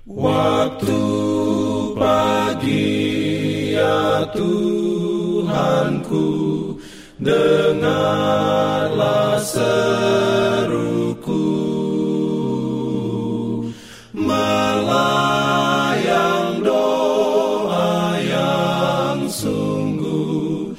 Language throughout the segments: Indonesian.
Waktu pagi ya Tuhanku, dengarlah seruku, melayang doa yang sungguh,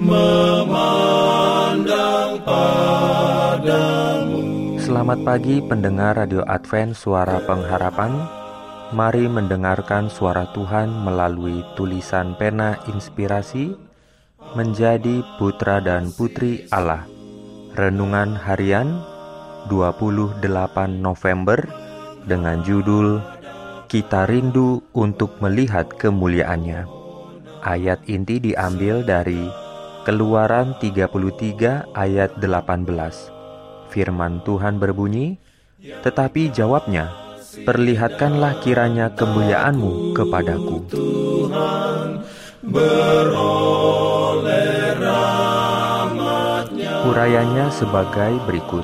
memandang padamu. Selamat pagi pendengar Radio Advent Suara Pengharapan. Mari mendengarkan suara Tuhan melalui tulisan pena inspirasi menjadi putra dan putri Allah. Renungan harian 28 November dengan judul Kita Rindu untuk Melihat Kemuliaan-Nya. Ayat inti diambil dari Keluaran 33 ayat 18. Firman Tuhan berbunyi, "Tetapi jawabnya, perlihatkanlah kiranya kemuliaan-Mu kepadaku." Tuhan beroleh rahmat-Nya. Urayanya sebagai berikut.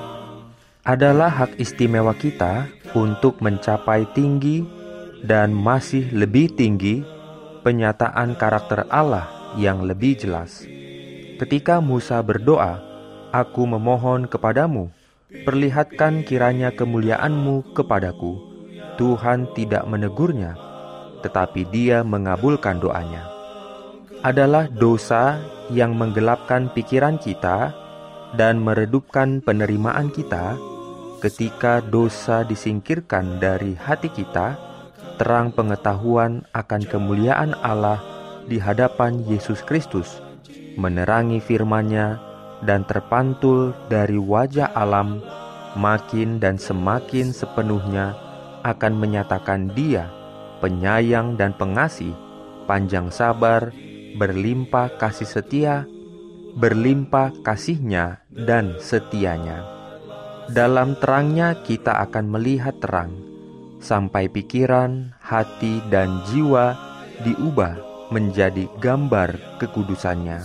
Adalah hak istimewa kita untuk mencapai tinggi dan masih lebih tinggi penyataan karakter Allah yang lebih jelas. Ketika Musa berdoa, "Aku memohon kepadamu, perlihatkan kiranya kemuliaan-Mu kepadaku," Tuhan tidak menegurnya, tetapi Dia mengabulkan doanya. Adalah dosa yang menggelapkan pikiran kita dan meredupkan penerimaan kita. Ketika dosa disingkirkan dari hati kita, terang pengetahuan akan kemuliaan Allah di hadapan Yesus Kristus menerangi firman-Nya dan terpantul dari wajah alam, makin dan semakin sepenuhnya akan menyatakan Dia penyayang dan pengasih, panjang sabar, berlimpah kasih setia, berlimpah kasih-Nya dan setia-Nya. Dalam terang-Nya kita akan melihat terang, sampai pikiran, hati, dan jiwa diubah menjadi gambar kekudusan-Nya.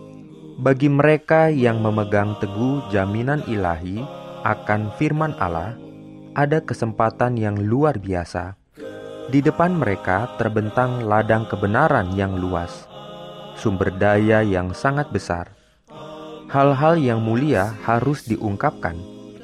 Bagi mereka yang memegang teguh jaminan ilahi akan firman Allah, ada kesempatan yang luar biasa. Di depan mereka terbentang ladang kebenaran yang luas, sumber daya yang sangat besar. Hal-hal yang mulia harus diungkapkan.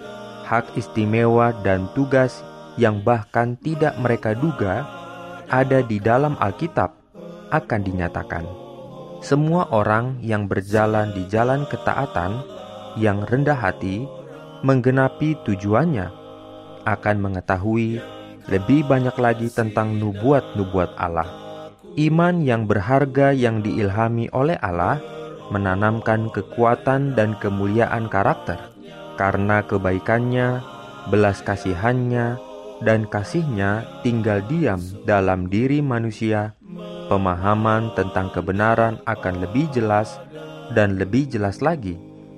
Hak istimewa dan tugas yang bahkan tidak mereka duga ada di dalam Alkitab akan dinyatakan. Semua orang yang berjalan di jalan ketaatan yang rendah hati, menggenapi tujuannya, akan mengetahui lebih banyak lagi tentang nubuat-nubuat Allah. Iman yang berharga yang diilhami oleh Allah menanamkan kekuatan dan kemuliaan karakter, karena kebaikan-Nya, belas kasihan-Nya, dan kasih-Nya tinggal diam dalam diri manusia. Pemahaman tentang kebenaran akan lebih jelas dan lebih jelas lagi.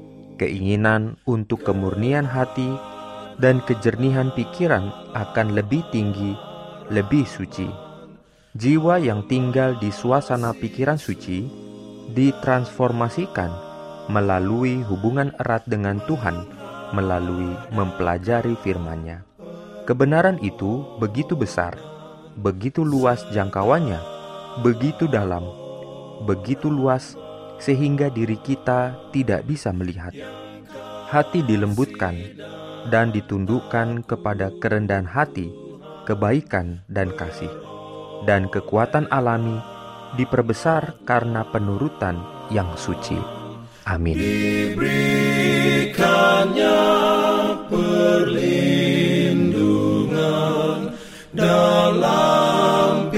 Keinginan untuk kemurnian hati dan kejernihan pikiran akan lebih tinggi, lebih suci. Jiwa yang tinggal di suasana pikiran suci ditransformasikan melalui hubungan erat dengan Tuhan, melalui mempelajari firman-Nya. Kebenaran itu begitu besar, begitu luas jangkauannya, begitu dalam, begitu luas, sehingga diri kita tidak bisa melihat. Hati dilembutkan dan ditundukkan kepada kerendahan hati, kebaikan dan kasih, dan kekuatan alami diperbesar karena penurutan yang suci. Amin. Diberikannya perlindungan dalam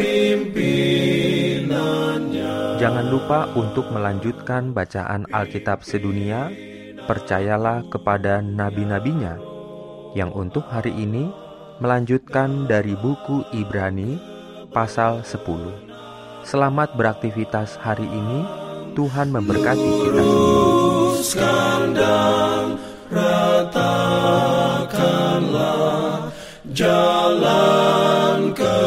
pimpinannya. Jangan lupa untuk melanjutkan bacaan Alkitab sedunia. Percayalah kepada nabi-nabinya, yang untuk hari ini melanjutkan dari buku Ibrani pasal 10. Selamat beraktivitas hari ini. Tuhan memberkati kita semua. Dan ratakanlah jalan ke